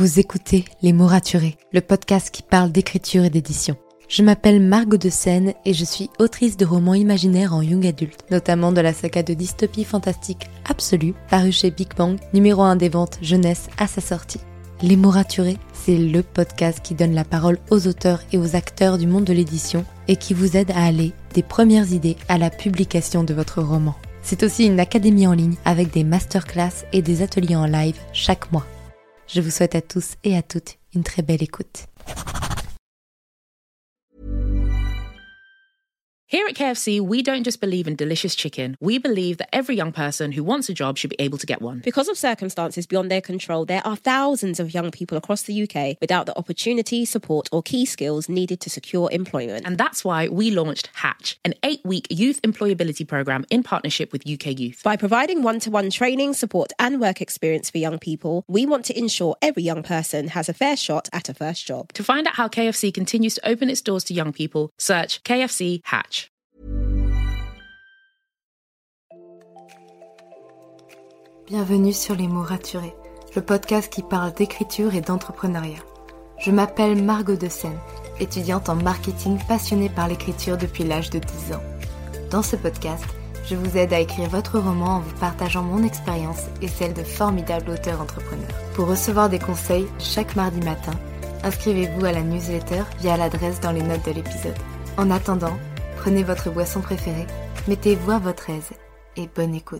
Vous écoutez Les mots raturés, le podcast qui parle d'écriture et d'édition. Je m'appelle Margot de Seine et je suis autrice de romans imaginaires en young adulte, notamment de la saga de dystopie fantastique Absolue, parue chez Big Bang, numéro 1 des ventes jeunesse à sa sortie. Les mots raturés, c'est le podcast qui donne la parole aux auteurs et aux acteurs du monde de l'édition et qui vous aide à aller des premières idées à la publication de votre roman. C'est aussi une académie en ligne avec des masterclass et des ateliers en live chaque mois. Je vous souhaite à tous et à toutes une très belle écoute. Here at KFC, we don't just believe in delicious chicken. We believe that every young person who wants a job should be able to get one. Because of circumstances beyond their control, there are thousands of young people across the UK without the opportunity, support, or key skills needed to secure employment. And that's why we launched Hatch, an 8-week youth employability programme in partnership with UK Youth. By providing one-to-one training, support, and work experience for young people, we want to ensure every young person has a fair shot at a first job. To find out how KFC continues to open its doors to young people, search KFC Hatch. Bienvenue sur Les mots raturés, le podcast qui parle d'écriture et d'entrepreneuriat. Je m'appelle Margot de Seine, étudiante en marketing passionnée par l'écriture depuis l'âge de 10 ans. Dans ce podcast, je vous aide à écrire votre roman en vous partageant mon expérience et celle de formidables auteurs entrepreneurs. Pour recevoir des conseils chaque mardi matin, inscrivez-vous à la newsletter via l'adresse dans les notes de l'épisode. En attendant, prenez votre boisson préférée, mettez-vous à votre aise et bonne écoute.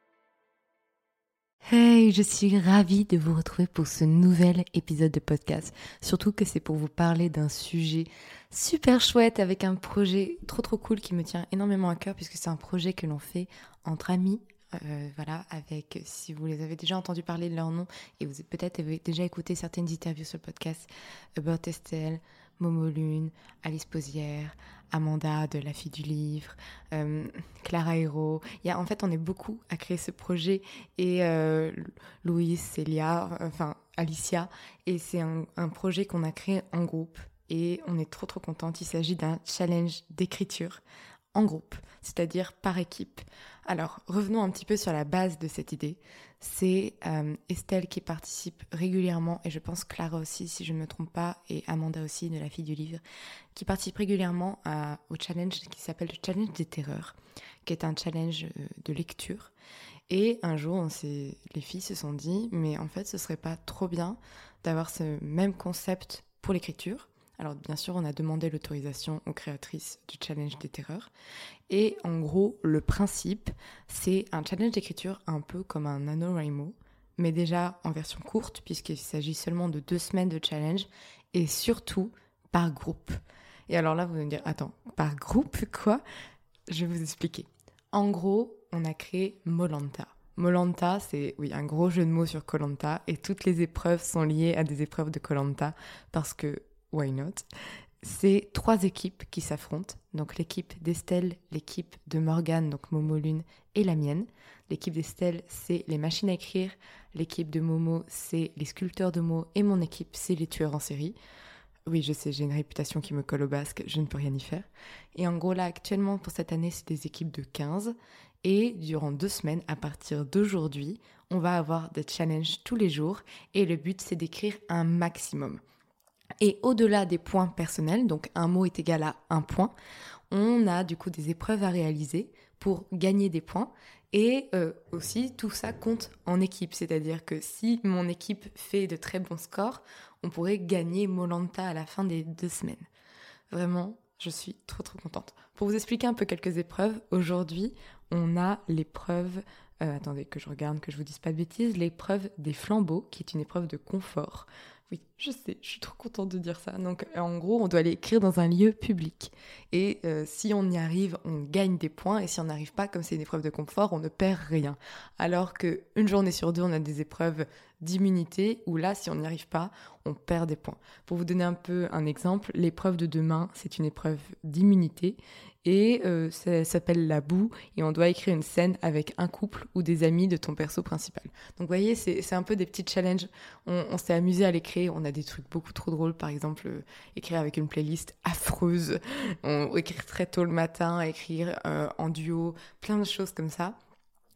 Hey, je suis ravie de vous retrouver pour ce nouvel épisode de podcast. Surtout que c'est pour vous parler d'un sujet super chouette avec un projet trop cool qui me tient énormément à cœur puisque c'est un projet que l'on fait entre amis. Avec, si vous les avez déjà entendu parler de leur nom et vous peut-être avez déjà écouté certaines interviews sur le podcast, About Estelle, Momo Lune, Alice Posière, Amanda de La Fille du Livre, Clara Hero. En fait, on est beaucoup à créer ce projet et Louise, Célia, Alicia. Et c'est un projet qu'on a créé en groupe et on est trop contente. Il s'agit d'un challenge d'écriture en groupe, c'est-à-dire par équipe. Alors, revenons un petit peu sur la base de cette idée. C'est Estelle qui participe régulièrement, et je pense Clara aussi, si je ne me trompe pas, et Amanda aussi, de La Fille du Livre, qui participe régulièrement au challenge qui s'appelle le Challenge des Terreurs, qui est un challenge de lecture. Et un jour, les filles se sont dit, mais en fait, ce serait pas trop bien d'avoir ce même concept pour l'écriture. Alors bien sûr, on a demandé l'autorisation aux créatrices du Challenge des Terreurs. Et en gros, le principe, c'est un challenge d'écriture un peu comme un NaNoWriMo, mais déjà en version courte, puisqu'il s'agit seulement de 2 semaines de challenge, et surtout par groupe. Et alors là, vous allez me dire, attends, par groupe, quoi ? Je vais vous expliquer. En gros, on a créé Molanta. Molanta, c'est un gros jeu de mots sur Koh-Lanta, et toutes les épreuves sont liées à des épreuves de Koh-Lanta, parce que why not ? C'est 3 équipes qui s'affrontent. Donc l'équipe d'Estelle, l'équipe de Morgane, donc Momo Lune, et la mienne. L'équipe d'Estelle, c'est les machines à écrire. L'équipe de Momo, c'est les sculpteurs de mots. Et mon équipe, c'est les tueurs en série. Oui, je sais, j'ai une réputation qui me colle au basque, je ne peux rien y faire. Et en gros, là, actuellement, pour cette année, c'est des équipes de 15. Et durant 2 semaines, à partir d'aujourd'hui, on va avoir des challenges tous les jours. Et le but, c'est d'écrire un maximum. Et au-delà des points personnels, donc un mot est égal à 1 point, on a du coup des épreuves à réaliser pour gagner des points. Et aussi, tout ça compte en équipe. C'est-à-dire que si mon équipe fait de très bons scores, on pourrait gagner Molanta à la fin des 2 semaines. Vraiment, je suis trop contente. Pour vous expliquer un peu quelques épreuves, aujourd'hui, on a l'épreuve... attendez que je regarde, que je vous dise pas de bêtises. L'épreuve des flambeaux, qui est une épreuve de confort. Oui, je sais, je suis trop contente de dire ça. Donc, en gros, on doit aller écrire dans un lieu public. Et si on y arrive, on gagne des points. Et si on n'arrive pas, comme c'est une épreuve de confort, on ne perd rien. Alors qu'une journée sur 2, on a des épreuves d'immunité, où là, si on n'y arrive pas, on perd des points. Pour vous donner un peu un exemple, l'épreuve de demain, c'est une épreuve d'immunité. Et ça s'appelle la boue, et on doit écrire une scène avec un couple ou des amis de ton perso principal. Donc vous voyez, c'est un peu des petits challenges. On s'est amusé à les créer, on a des trucs beaucoup trop drôles, par exemple écrire avec une playlist affreuse, écrire très tôt le matin, écrire en duo, plein de choses comme ça.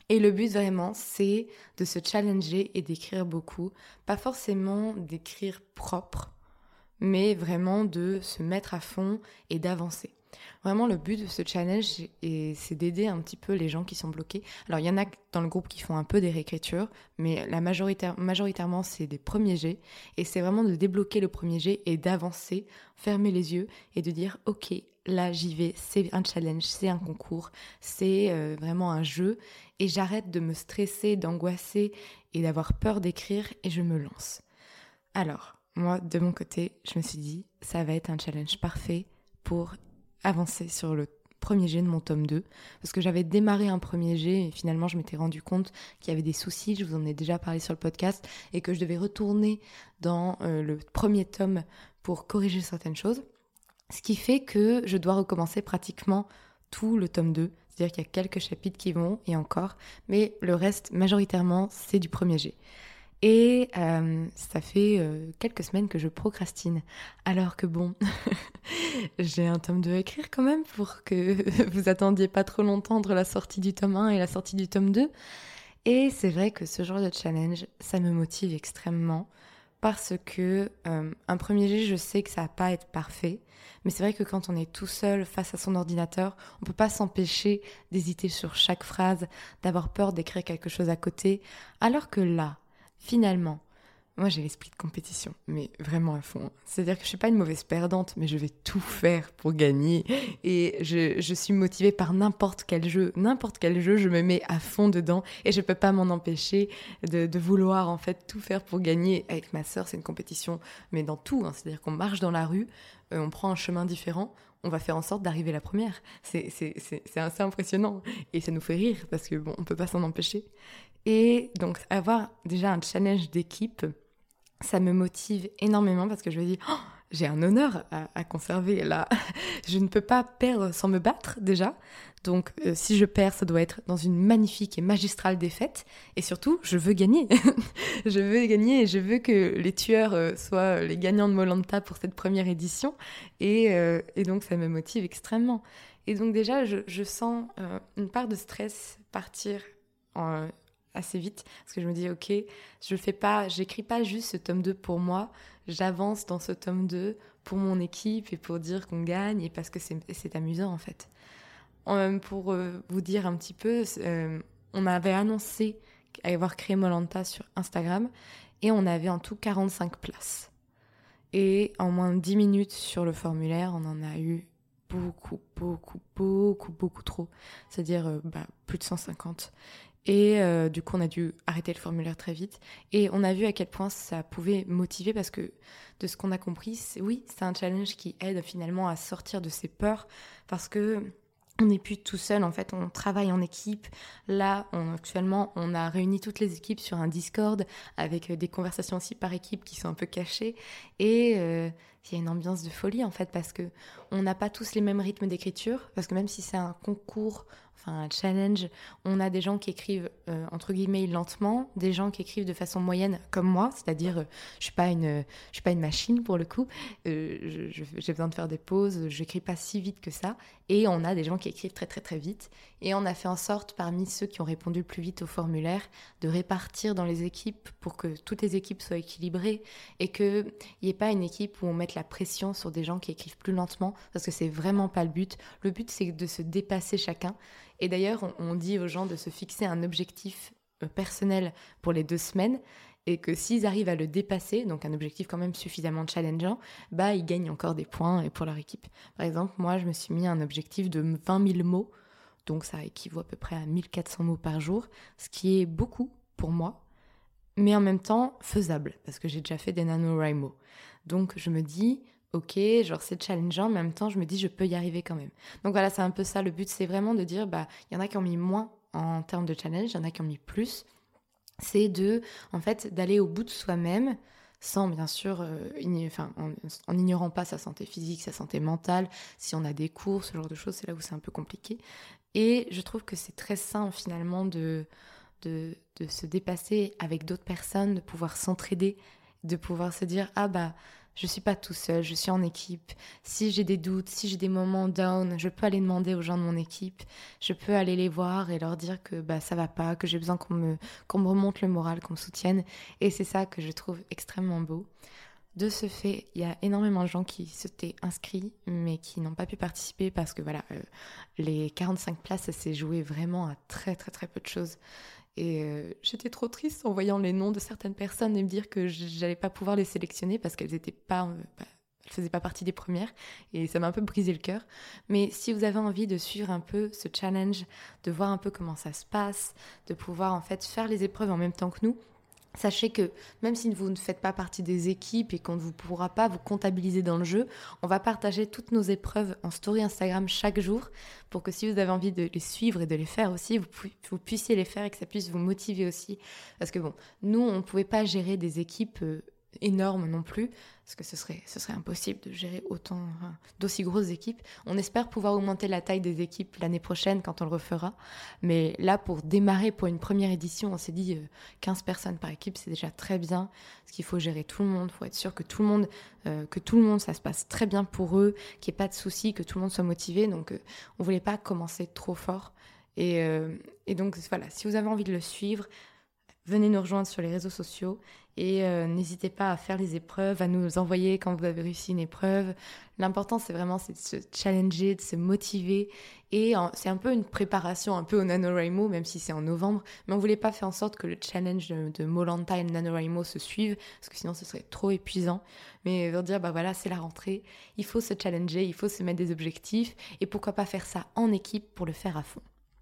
Et le but vraiment, c'est de se challenger et d'écrire beaucoup. Pas forcément d'écrire propre, mais vraiment de se mettre à fond et d'avancer. Vraiment, le but de ce challenge, c'est d'aider un petit peu les gens qui sont bloqués. Alors, il y en a dans le groupe qui font un peu des réécritures, mais majoritairement, c'est des premiers jets. Et c'est vraiment de débloquer le premier jet et d'avancer, fermer les yeux et de dire « Ok, là, j'y vais, c'est un challenge, c'est un concours, c'est vraiment un jeu. Et j'arrête de me stresser, d'angoisser et d'avoir peur d'écrire et je me lance. » Alors, moi, de mon côté, je me suis dit « Ça va être un challenge parfait pour avancer sur le premier jet de mon tome 2, parce que j'avais démarré un premier jet et finalement je m'étais rendu compte qu'il y avait des soucis, je vous en ai déjà parlé sur le podcast, et que je devais retourner dans le premier tome pour corriger certaines choses, ce qui fait que je dois recommencer pratiquement tout le tome 2, c'est-à-dire qu'il y a quelques chapitres qui vont, et encore, mais le reste, majoritairement, c'est du premier jet. Et ça fait quelques semaines que je procrastine. Alors que bon, j'ai un tome 2 à écrire quand même pour que vous attendiez pas trop longtemps entre la sortie du tome 1 et la sortie du tome 2. Et c'est vrai que ce genre de challenge, ça me motive extrêmement parce que un premier jet, je sais que ça va pas être parfait. Mais c'est vrai que quand on est tout seul face à son ordinateur, on peut pas s'empêcher d'hésiter sur chaque phrase, d'avoir peur d'écrire quelque chose à côté. Alors que là, finalement, moi j'ai l'esprit de compétition, mais vraiment à fond. C'est-à-dire que je suis pas une mauvaise perdante, mais je vais tout faire pour gagner. Et je suis motivée par n'importe quel jeu, je me mets à fond dedans et je peux pas m'en empêcher de vouloir en fait tout faire pour gagner. Avec ma sœur, c'est une compétition, mais dans tout. C'est-à-dire qu'on marche dans la rue, on prend un chemin différent, on va faire en sorte d'arriver la première. C'est assez impressionnant et ça nous fait rire parce que bon, on peut pas s'en empêcher. Et donc avoir déjà un challenge d'équipe, ça me motive énormément parce que je me dis oh, j'ai un honneur à conserver là. Je ne peux pas perdre sans me battre déjà. Donc si je perds, ça doit être dans une magnifique et magistrale défaite. Et surtout, je veux gagner. Je veux gagner et je veux que les tueurs soient les gagnants de Mollanta pour cette première édition. Et donc ça me motive extrêmement. Et donc déjà, je sens une part de stress partir assez vite parce que je me dis ok, j'écris pas juste ce tome 2 pour moi, j'avance dans ce tome 2 pour mon équipe et pour dire qu'on gagne et parce que c'est amusant en fait. Pour vous dire un petit peu, on avait annoncé avoir créé Mollanta sur Instagram et on avait en tout 45 places. Et en moins de 10 minutes sur le formulaire, on en a eu beaucoup trop. C'est-à-dire plus de 150. Et du coup, on a dû arrêter le formulaire très vite. Et on a vu à quel point ça pouvait motiver parce que de ce qu'on a compris, c'est un challenge qui aide finalement à sortir de ses peurs parce que on n'est plus tout seul, en fait, on travaille en équipe. Là, actuellement, on a réuni toutes les équipes sur un Discord avec des conversations aussi par équipe qui sont un peu cachées. Et il y a une ambiance de folie, en fait, parce que on n'a pas tous les mêmes rythmes d'écriture. Parce que même si c'est un concours, enfin un challenge, on a des gens qui écrivent, entre guillemets, lentement, des gens qui écrivent de façon moyenne, comme moi. C'est-à-dire, je suis pas une machine, pour le coup. J'ai besoin de faire des pauses, je n'écris pas si vite que ça. Et on a des gens qui écrivent très très très vite. Et on a fait en sorte, parmi ceux qui ont répondu le plus vite au formulaire, de répartir dans les équipes pour que toutes les équipes soient équilibrées et qu'il n'y ait pas une équipe où on mette la pression sur des gens qui écrivent plus lentement, parce que c'est vraiment pas le but. Le but, c'est de se dépasser chacun. Et d'ailleurs, on dit aux gens de se fixer un objectif personnel pour les 2 semaines et que s'ils arrivent à le dépasser, donc un objectif quand même suffisamment challengeant, ils gagnent encore des points pour leur équipe. Par exemple, moi, je me suis mis un objectif de 20 000 mots, donc ça équivaut à peu près à 1400 mots par jour, ce qui est beaucoup pour moi, mais en même temps faisable, parce que j'ai déjà fait des NaNoWriMo. Donc je me dis, ok, genre c'est challengeant, mais en même temps, je me dis, je peux y arriver quand même. Donc voilà, c'est un peu ça, le but, c'est vraiment de dire, il y en a qui ont mis moins en termes de challenge, il y en a qui ont mis plus. C'est d'aller au bout de soi-même sans bien sûr en ignorant pas sa santé physique, sa santé mentale, si on a des cours, ce genre de choses, c'est là où c'est un peu compliqué. Et je trouve que c'est très sain finalement de se dépasser avec d'autres personnes, de pouvoir s'entraider, de pouvoir se dire je suis pas tout seul, je suis en équipe. Si j'ai des doutes, si j'ai des moments down, je peux aller demander aux gens de mon équipe. Je peux aller les voir et leur dire que ça va pas, que j'ai besoin qu'on me remonte le moral, qu'on me soutienne. Et c'est ça que je trouve extrêmement beau. De ce fait, il y a énormément de gens qui s'étaient inscrits, mais qui n'ont pas pu participer parce que les 45 places, ça s'est joué vraiment à très très très peu de choses. Et j'étais trop triste en voyant les noms de certaines personnes et me dire que j'allais pas pouvoir les sélectionner parce qu'elles étaient pas, elles faisaient pas partie des premières. Et ça m'a un peu brisé le cœur. Mais si vous avez envie de suivre un peu ce challenge, de voir un peu comment ça se passe, de pouvoir en fait faire les épreuves en même temps que nous, sachez que même si vous ne faites pas partie des équipes et qu'on ne pourra pas vous comptabiliser dans le jeu, on va partager toutes nos épreuves en story Instagram chaque jour pour que si vous avez envie de les suivre et de les faire aussi, vous puissiez les faire et que ça puisse vous motiver aussi. Parce que nous, on ne pouvait pas gérer des équipes énormes non plus, parce que ce serait impossible de gérer d'aussi grosses équipes. On espère pouvoir augmenter la taille des équipes l'année prochaine quand on le refera. Mais là, pour démarrer pour une première édition, on s'est dit 15 personnes par équipe, c'est déjà très bien, parce qu'il faut gérer tout le monde, il faut être sûr que tout le monde, ça se passe très bien pour eux, qu'il n'y ait pas de soucis, que tout le monde soit motivé. Donc, on ne voulait pas commencer trop fort. Et donc, voilà, si vous avez envie de le suivre, venez nous rejoindre sur les réseaux sociaux et n'hésitez pas à faire les épreuves, à nous envoyer quand vous avez réussi une épreuve. L'important, c'est de se challenger, de se motiver. Et c'est un peu une préparation un peu au NaNoWriMo, même si c'est en novembre. Mais on voulait pas faire en sorte que le challenge de Mollanta et le NaNoWriMo se suivent, parce que sinon, ce serait trop épuisant. Mais veut dire, c'est la rentrée. Il faut se challenger, il faut se mettre des objectifs. Et pourquoi pas faire ça en équipe pour le faire à fond.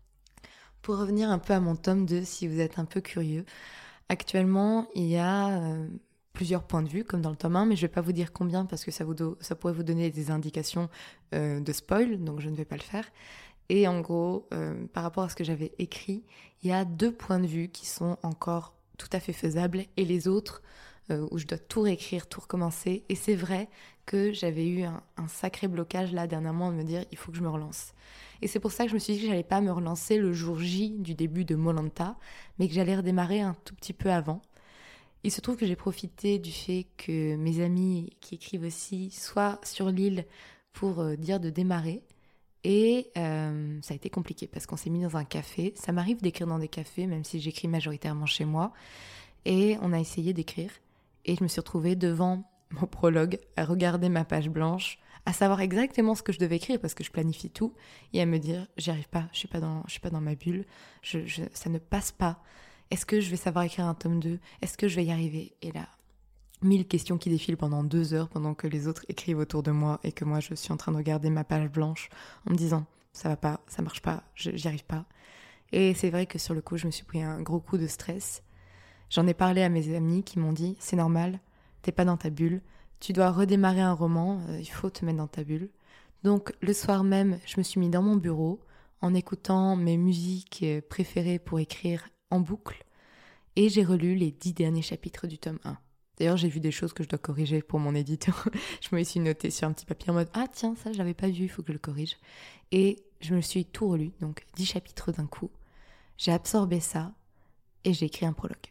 Pour revenir un peu à mon tome 2, si vous êtes un peu curieux, actuellement, il y a plusieurs points de vue, comme dans le tome 1, mais je ne vais pas vous dire combien parce que ça pourrait vous donner des indications de spoil, donc je ne vais pas le faire. Et en gros, par rapport à ce que j'avais écrit, il y a 2 points de vue qui sont encore tout à fait faisables, et les autres, où je dois tout réécrire, tout recommencer. Et c'est vrai que j'avais eu un sacré blocage là dernièrement de me dire il faut que je me relance. Et c'est pour ça que je me suis dit que j'allais pas me relancer le jour J du début de Mollanta, mais que j'allais redémarrer un tout petit peu avant. Il se trouve que j'ai profité du fait que mes amis qui écrivent aussi soient sur l'île pour dire de démarrer. Et ça a été compliqué parce qu'on s'est mis dans un café. Ça m'arrive d'écrire dans des cafés, même si j'écris majoritairement chez moi. Et on a essayé d'écrire. Et je me suis retrouvée devant mon prologue, à regarder ma page blanche, à savoir exactement ce que je devais écrire parce que je planifie tout, et à me dire j'y arrive pas, je suis pas dans ma bulle, ça ne passe pas. Est-ce que je vais savoir écrire un tome 2 ? Est-ce que je vais y arriver ? Et là, 1000 questions qui défilent pendant 2 heures pendant que les autres écrivent autour de moi et que moi je suis en train de regarder ma page blanche en me disant ça va pas, ça marche pas, j'y arrive pas. Et c'est vrai que sur le coup, je me suis pris un gros coup de stress. J'en ai parlé à mes amis qui m'ont dit c'est normal, t'es pas dans ta bulle, tu dois redémarrer un roman, il faut te mettre dans ta bulle. Donc le soir même, je me suis mis dans mon bureau en écoutant mes musiques préférées pour écrire en boucle et j'ai relu les 10 derniers chapitres du tome 1. D'ailleurs, j'ai vu des choses que je dois corriger pour mon éditeur. Je me suis notée sur un petit papier en mode ah tiens, ça je l'avais pas vu, il faut que je le corrige. Et je me suis tout relu, donc 10 chapitres d'un coup. J'ai absorbé ça et j'ai écrit un prologue.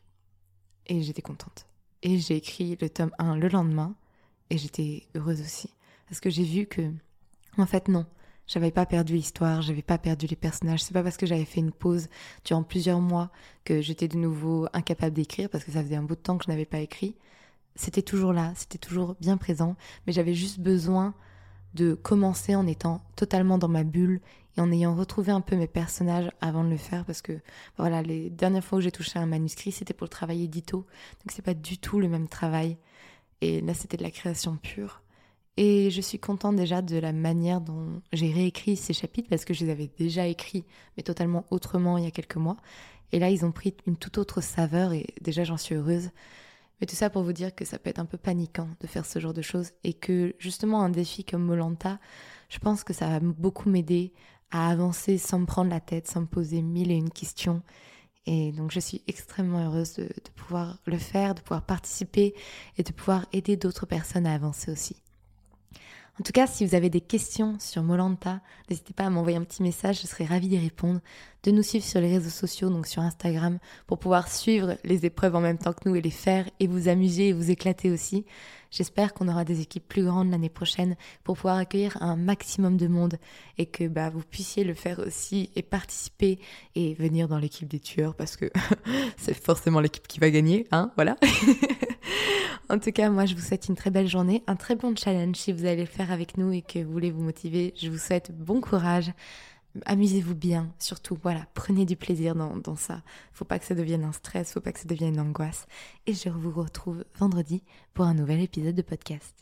Et j'étais contente. Et j'ai écrit le tome 1 le lendemain et j'étais heureuse aussi. Parce que j'ai vu que, en fait non, j'avais pas perdu l'histoire, j'avais pas perdu les personnages. C'est pas parce que j'avais fait une pause durant plusieurs mois que j'étais de nouveau incapable d'écrire parce que ça faisait un bout de temps que je n'avais pas écrit. C'était toujours là, c'était toujours bien présent, mais j'avais juste besoin de commencer en étant totalement dans ma bulle et en ayant retrouvé un peu mes personnages avant de le faire parce que voilà, les dernières fois où j'ai touché un manuscrit, c'était pour le travail édito, donc c'est pas du tout le même travail. Et là, c'était de la création pure. Et je suis contente déjà de la manière dont j'ai réécrit ces chapitres parce que je les avais déjà écrits, mais totalement autrement il y a quelques mois. Et là, ils ont pris une toute autre saveur et déjà, j'en suis heureuse. Mais tout ça pour vous dire que ça peut être un peu paniquant de faire ce genre de choses et que justement un défi comme Mollanta, je pense que ça va beaucoup m'aider à avancer sans me prendre la tête, sans me poser 1001 questions. Et donc je suis extrêmement heureuse de pouvoir le faire, de pouvoir participer et de pouvoir aider d'autres personnes à avancer aussi. En tout cas, si vous avez des questions sur Molanta, n'hésitez pas à m'envoyer un petit message, je serai ravie d'y répondre. De nous suivre sur les réseaux sociaux, donc sur Instagram, pour pouvoir suivre les épreuves en même temps que nous et les faire et vous amuser et vous éclater aussi. J'espère qu'on aura des équipes plus grandes l'année prochaine pour pouvoir accueillir un maximum de monde et que vous puissiez le faire aussi et participer et venir dans l'équipe des tueurs parce que c'est forcément l'équipe qui va gagner, voilà. En tout cas, moi je vous souhaite une très belle journée, un très bon challenge si vous allez le faire avec nous et que vous voulez vous motiver. Je vous souhaite bon courage. Amusez-vous bien, surtout, prenez du plaisir dans ça. Faut pas que ça devienne un stress, faut pas que ça devienne une angoisse. Et je vous retrouve vendredi pour un nouvel épisode de podcast.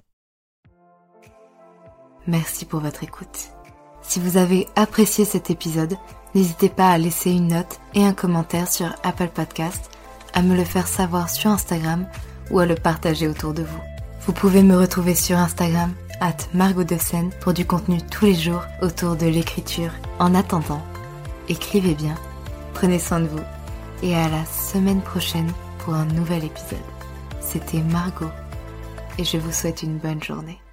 Merci pour votre écoute. Si vous avez apprécié cet épisode, n'hésitez pas à laisser une note et un commentaire sur Apple Podcast, à me le faire savoir sur Instagram ou à le partager autour de vous. Vous pouvez me retrouver sur Instagram @margotdescène pour du contenu tous les jours autour de l'écriture. En attendant, écrivez bien, prenez soin de vous et à la semaine prochaine pour un nouvel épisode. C'était Margot et je vous souhaite une bonne journée.